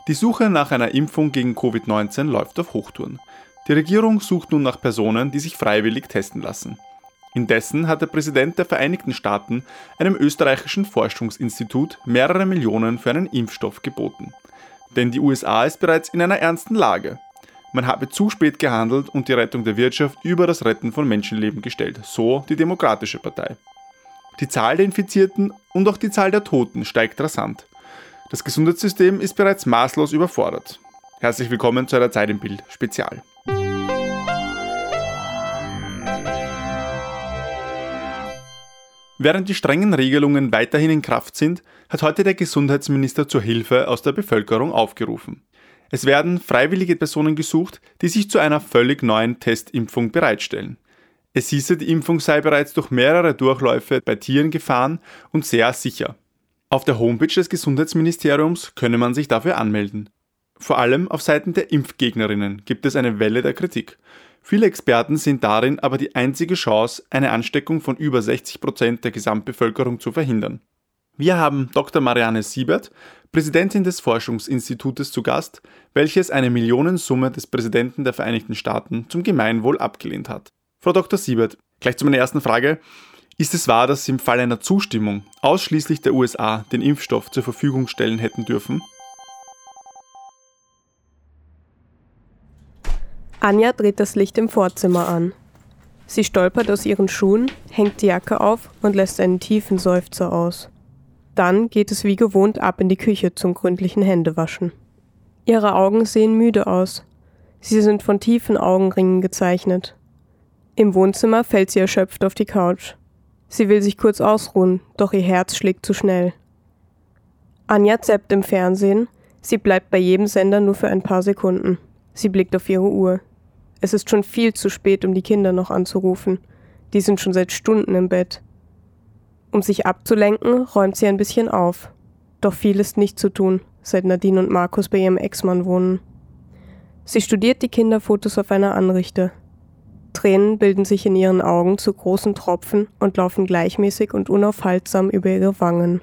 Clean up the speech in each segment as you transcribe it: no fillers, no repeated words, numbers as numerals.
Die Suche nach einer Impfung gegen Covid-19 läuft auf Hochtouren. Die Regierung sucht nun nach Personen, die sich freiwillig testen lassen. Indessen hat der Präsident der Vereinigten Staaten einem österreichischen Forschungsinstitut mehrere Millionen für einen Impfstoff geboten. Denn die USA ist bereits in einer ernsten Lage. Man habe zu spät gehandelt und die Rettung der Wirtschaft über das Retten von Menschenleben gestellt, so die Demokratische Partei. Die Zahl der Infizierten und auch die Zahl der Toten steigt rasant. Das Gesundheitssystem ist bereits maßlos überfordert. Herzlich willkommen zu einer Zeit im Bild Spezial. Während die strengen Regelungen weiterhin in Kraft sind, hat heute der Gesundheitsminister zur Hilfe aus der Bevölkerung aufgerufen. Es werden freiwillige Personen gesucht, die sich zu einer völlig neuen Testimpfung bereitstellen. Es hieße, die Impfung sei bereits durch mehrere Durchläufe bei Tieren gefahren und sehr sicher. Auf der Homepage des Gesundheitsministeriums könne man sich dafür anmelden. Vor allem auf Seiten der Impfgegnerinnen gibt es eine Welle der Kritik. Viele Experten sehen darin aber die einzige Chance, eine Ansteckung von über 60% der Gesamtbevölkerung zu verhindern. Wir haben Dr. Marianne Siebert, Präsidentin des Forschungsinstitutes, zu Gast, welches eine Millionensumme des Präsidenten der Vereinigten Staaten zum Gemeinwohl abgelehnt hat. Frau Dr. Siebert, gleich zu meiner ersten Frage. Ist es wahr, dass Sie im Fall einer Zustimmung ausschließlich der USA den Impfstoff zur Verfügung stellen hätten dürfen? Anja dreht das Licht im Vorzimmer an. Sie stolpert aus ihren Schuhen, hängt die Jacke auf und lässt einen tiefen Seufzer aus. Dann geht es wie gewohnt ab in die Küche zum gründlichen Händewaschen. Ihre Augen sehen müde aus. Sie sind von tiefen Augenringen gezeichnet. Im Wohnzimmer fällt sie erschöpft auf die Couch. Sie will sich kurz ausruhen, doch ihr Herz schlägt zu schnell. Anja zappt im Fernsehen. Sie bleibt bei jedem Sender nur für ein paar Sekunden. Sie blickt auf ihre Uhr. Es ist schon viel zu spät, um die Kinder noch anzurufen. Die sind schon seit Stunden im Bett. Um sich abzulenken, räumt sie ein bisschen auf. Doch viel ist nicht zu tun, seit Nadine und Markus bei ihrem Ex-Mann wohnen. Sie studiert die Kinderfotos auf einer Anrichte. Tränen bilden sich in ihren Augen zu großen Tropfen und laufen gleichmäßig und unaufhaltsam über ihre Wangen.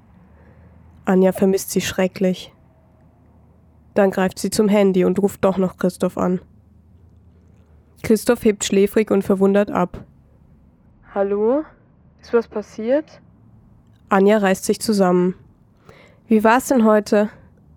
Anja vermisst sie schrecklich. Dann greift sie zum Handy und ruft doch noch Christoph an. Christoph hebt schläfrig und verwundert ab. Hallo? Ist was passiert? Anja reißt sich zusammen. Wie war's denn heute?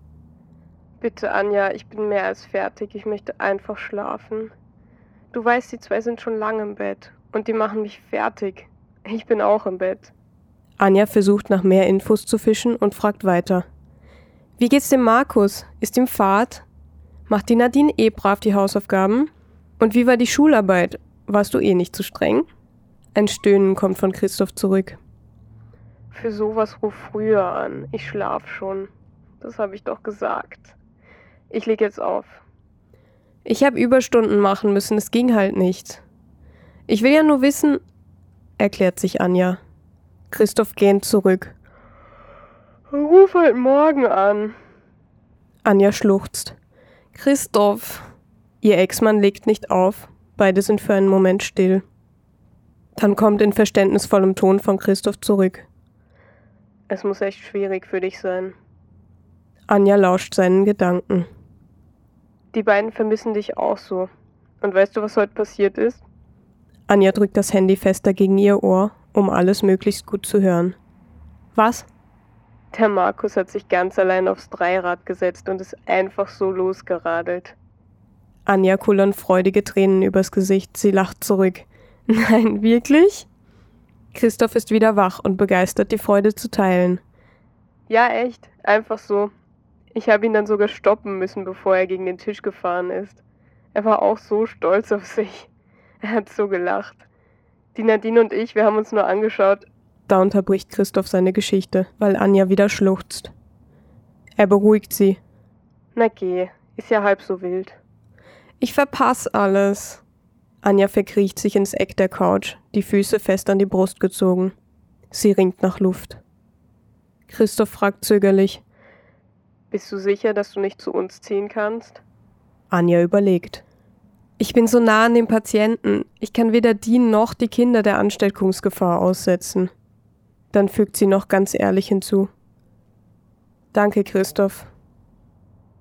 Bitte, Anja, ich bin mehr als fertig. Ich möchte einfach schlafen. Du weißt, die zwei sind schon lange im Bett und die machen mich fertig. Ich bin auch im Bett. Anja versucht nach mehr Infos zu fischen und fragt weiter. Wie geht's dem Markus? Ist ihm Fahrt? Macht die Nadine brav die Hausaufgaben? Und wie war die Schularbeit? Warst du nicht zu streng? Ein Stöhnen kommt von Christoph zurück. Für sowas ruf früher an. Ich schlaf schon. Das habe ich doch gesagt. Ich leg jetzt auf. Ich habe Überstunden machen müssen, es ging halt nicht. Ich will ja nur wissen, erklärt sich Anja. Christoph gähnt zurück. Ruf halt morgen an. Anja schluchzt. Christoph. Ihr Ex-Mann legt nicht auf. Beide sind für einen Moment still. Dann kommt in verständnisvollem Ton von Christoph zurück. Es muss echt schwierig für dich sein. Anja lauscht seinen Gedanken. Die beiden vermissen dich auch so. Und weißt du, was heute passiert ist? Anja drückt das Handy fester gegen ihr Ohr, um alles möglichst gut zu hören. Was? Der Markus hat sich ganz allein aufs Dreirad gesetzt und ist einfach so losgeradelt. Anja kullern freudige Tränen übers Gesicht. Sie lacht zurück. Nein, wirklich? Christoph ist wieder wach und begeistert, die Freude zu teilen. Ja, echt. Einfach so. Ich habe ihn dann sogar stoppen müssen, bevor er gegen den Tisch gefahren ist. Er war auch so stolz auf sich. Er hat so gelacht. Die Nadine und ich, wir haben uns nur angeschaut. Da unterbricht Christoph seine Geschichte, weil Anja wieder schluchzt. Er beruhigt sie. Na geh, ist ja halb so wild. Ich verpasse alles. Anja verkriecht sich ins Eck der Couch, die Füße fest an die Brust gezogen. Sie ringt nach Luft. Christoph fragt zögerlich. Bist du sicher, dass du nicht zu uns ziehen kannst? Anja überlegt. Ich bin so nah an dem Patienten. Ich kann weder die noch die Kinder der Ansteckungsgefahr aussetzen. Dann fügt sie noch ganz ehrlich hinzu. Danke, Christoph.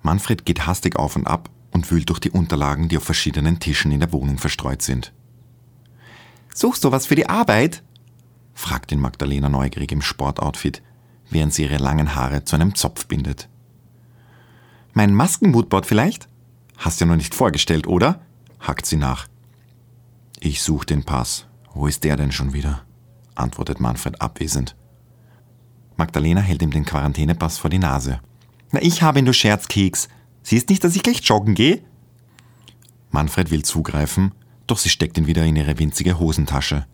Manfred geht hastig auf und ab und wühlt durch die Unterlagen, die auf verschiedenen Tischen in der Wohnung verstreut sind. »Suchst du was für die Arbeit?« fragt ihn Magdalena neugierig im Sportoutfit, während sie ihre langen Haare zu einem Zopf bindet. »Mein Maskenmoodboard vielleicht? Hast ja noch nicht vorgestellt, oder?« hakt sie nach. »Ich suche den Pass. Wo ist der denn schon wieder?« antwortet Manfred abwesend. Magdalena hält ihm den Quarantänepass vor die Nase. »Na, ich habe ihn, du Scherzkeks. Siehst nicht, dass ich gleich joggen gehe?« Manfred will zugreifen, doch sie steckt ihn wieder in ihre winzige Hosentasche.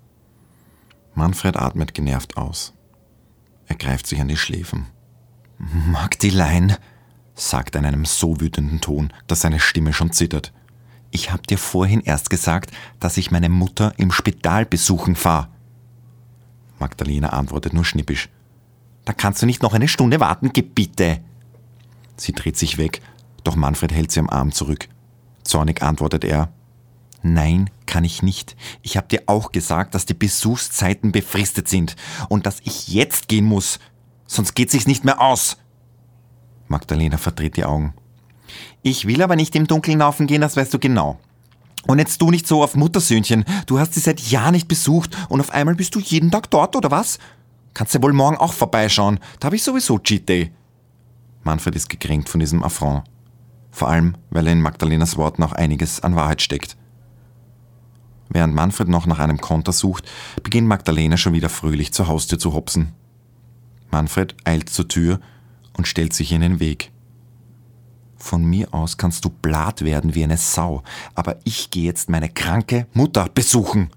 Manfred atmet genervt aus. Er greift sich an die Schläfen. »Magdilein«, sagt er in einem so wütenden Ton, dass seine Stimme schon zittert. »Ich hab dir vorhin erst gesagt, dass ich meine Mutter im Spital besuchen fahre.« Magdalena antwortet nur schnippisch. »Da kannst du nicht noch eine Stunde warten, geh bitte!« Sie dreht sich weg, doch Manfred hält sie am Arm zurück. Zornig antwortet er. »Nein, kann ich nicht. Ich habe dir auch gesagt, dass die Besuchszeiten befristet sind und dass ich jetzt gehen muss. Sonst geht sich's nicht mehr aus.« Magdalena verdreht die Augen. »Ich will aber nicht im Dunkeln laufen gehen, das weißt du genau. Und jetzt du nicht so auf Muttersöhnchen. Du hast sie seit Jahren nicht besucht und auf einmal bist du jeden Tag dort, oder was? Kannst ja wohl morgen auch vorbeischauen. Da habe ich sowieso Cheat Day.« Manfred ist gekränkt von diesem Affront. Vor allem, weil in Magdalenas Worten auch einiges an Wahrheit steckt. Während Manfred noch nach einem Konter sucht, beginnt Magdalena schon wieder fröhlich zur Haustür zu hopsen. Manfred eilt zur Tür und stellt sich in den Weg. »Von mir aus kannst du blatt werden wie eine Sau, aber ich gehe jetzt meine kranke Mutter besuchen.«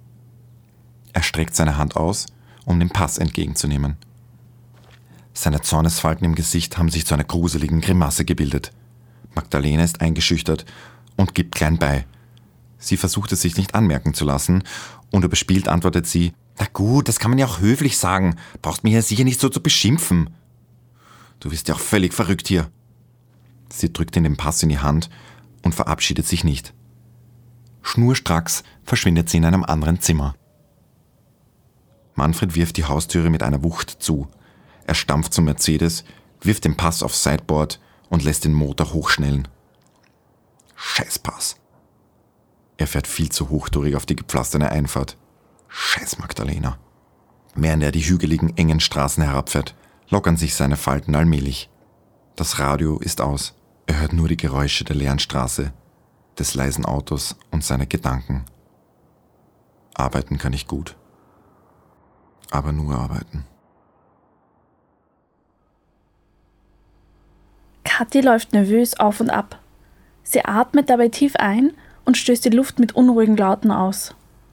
Er streckt seine Hand aus, um den Pass entgegenzunehmen. Seine Zornesfalten im Gesicht haben sich zu einer gruseligen Grimasse gebildet. Magdalena ist eingeschüchtert und gibt klein bei. Sie versucht es sich nicht anmerken zu lassen und überspielt antwortet sie, »Na gut, das kann man ja auch höflich sagen, brauchst mich ja sicher nicht so zu beschimpfen. Du bist ja auch völlig verrückt hier.« Sie drückt ihm den Pass in die Hand und verabschiedet sich nicht. Schnurstracks verschwindet sie in einem anderen Zimmer. Manfred wirft die Haustüre mit einer Wucht zu. Er stampft zum Mercedes, wirft den Pass aufs Sideboard und lässt den Motor hochschnellen. Scheiß Pass. Er fährt viel zu hochtourig auf die gepflasterte Einfahrt. Scheiß Magdalena. Während er die hügeligen, engen Straßen herabfährt, lockern sich seine Falten allmählich. Das Radio ist aus. Er hört nur die Geräusche der leeren Straße, des leisen Autos und seine Gedanken. Arbeiten kann ich gut. Aber nur arbeiten. Kathi läuft nervös auf und ab. Sie atmet dabei tief ein und stößt die Luft mit unruhigen Lauten aus.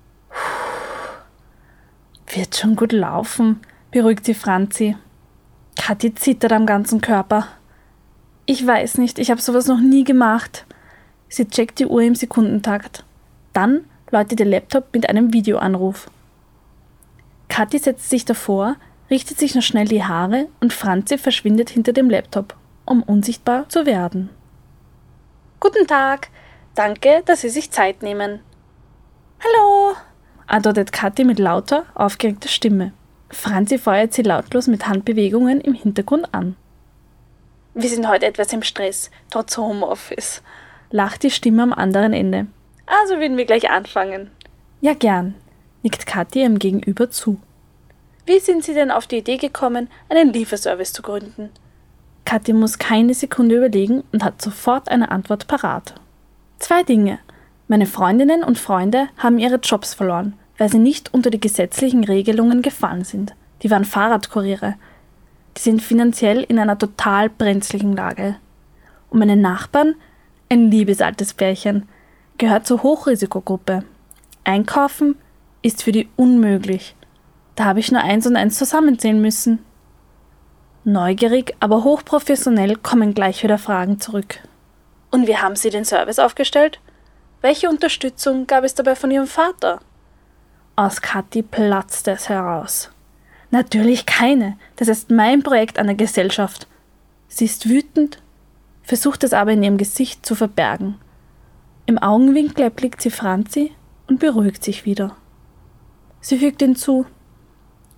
Wird schon gut laufen, beruhigt sie Franzi. Kathi zittert am ganzen Körper. Ich weiß nicht, ich habe sowas noch nie gemacht. Sie checkt die Uhr im Sekundentakt. Dann läutet ihr Laptop mit einem Videoanruf. Kathi setzt sich davor, richtet sich noch schnell die Haare und Franzi verschwindet hinter dem Laptop, um unsichtbar zu werden. Guten Tag, danke, dass Sie sich Zeit nehmen. Hallo, antwortet Kathi mit lauter, aufgeregter Stimme. Franzi feuert sie lautlos mit Handbewegungen im Hintergrund an. Wir sind heute etwas im Stress, trotz Homeoffice, lacht die Stimme am anderen Ende. Also würden wir gleich anfangen. Ja, gern, nickt Kathi ihrem Gegenüber zu. Wie sind Sie denn auf die Idee gekommen, einen Lieferservice zu gründen? Kathi muss keine Sekunde überlegen und hat sofort eine Antwort parat. 2 Dinge. Meine Freundinnen und Freunde haben ihre Jobs verloren, weil sie nicht unter die gesetzlichen Regelungen gefallen sind. Die waren Fahrradkuriere. Die sind finanziell in einer total brenzlichen Lage. Und meine Nachbarn, ein liebes altes Pärchen, gehört zur Hochrisikogruppe. Einkaufen ist für die unmöglich. Da habe ich nur 1 und 1 zusammenzählen müssen. Neugierig, aber hochprofessionell kommen gleich wieder Fragen zurück. Und wie haben Sie den Service aufgestellt? Welche Unterstützung gab es dabei von Ihrem Vater? Aus Kathi platzte es heraus. Natürlich keine. Das ist mein Projekt an der Gesellschaft. Sie ist wütend, versucht es aber in ihrem Gesicht zu verbergen. Im Augenwinkel erblickt sie Franzi und beruhigt sich wieder. Sie fügt hinzu.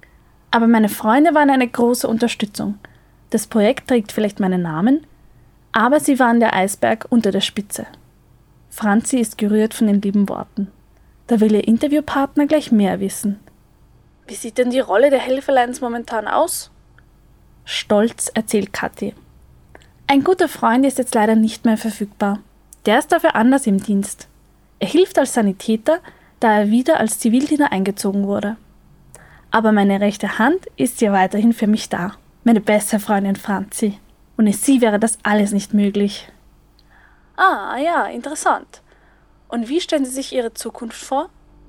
Aber meine Freunde waren eine große Unterstützung. Das Projekt trägt vielleicht meinen Namen, Aber sie waren der Eisberg unter der Spitze. Franzi ist gerührt von den lieben Worten. Da will ihr Interviewpartner gleich mehr wissen. Wie sieht denn die Rolle der Helferleins momentan aus? Stolz erzählt Kathi. Ein guter Freund ist jetzt leider nicht mehr verfügbar. Der ist dafür anders im Dienst. Er hilft als Sanitäter, da er wieder als Zivildiener eingezogen wurde. Aber meine rechte Hand ist ja weiterhin für mich da. Meine beste Freundin Franzi. Ohne sie wäre das alles nicht möglich. Ah, ja, interessant. Und wie stellen Sie sich Ihre Zukunft vor?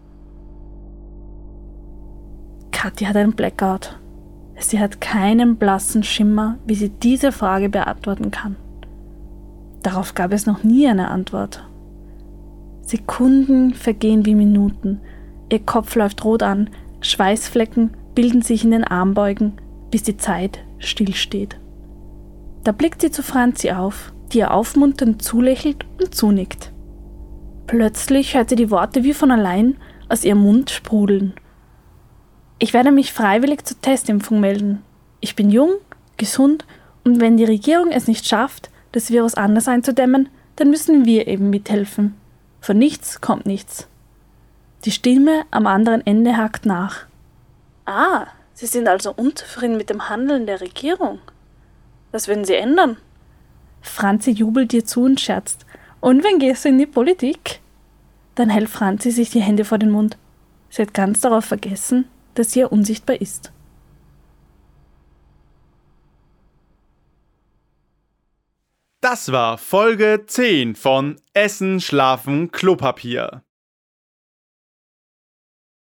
Kathi hat einen Blackout. Sie hat keinen blassen Schimmer, wie sie diese Frage beantworten kann. Darauf gab es noch nie eine Antwort. Sekunden vergehen wie Minuten. Ihr Kopf läuft rot an, Schweißflecken bilden sich in den Armbeugen, bis die Zeit stillsteht. Da blickt sie zu Franzi auf, die ihr aufmunternd zulächelt und zunickt. Plötzlich hört sie die Worte wie von allein aus ihrem Mund sprudeln. Ich werde mich freiwillig zur Testimpfung melden. Ich bin jung, gesund und wenn die Regierung es nicht schafft, das Virus anders einzudämmen, dann müssen wir eben mithelfen. Von nichts kommt nichts. Die Stimme am anderen Ende hakt nach. Ah, Sie sind also unzufrieden mit dem Handeln der Regierung. Was werden Sie ändern? Franzi jubelt ihr zu und scherzt. Und wann gehst du in die Politik? Dann hält Franzi sich die Hände vor den Mund. Sie hat ganz darauf vergessen, dass sie ja unsichtbar ist. Das war Folge 10 von Essen, Schlafen, Klopapier.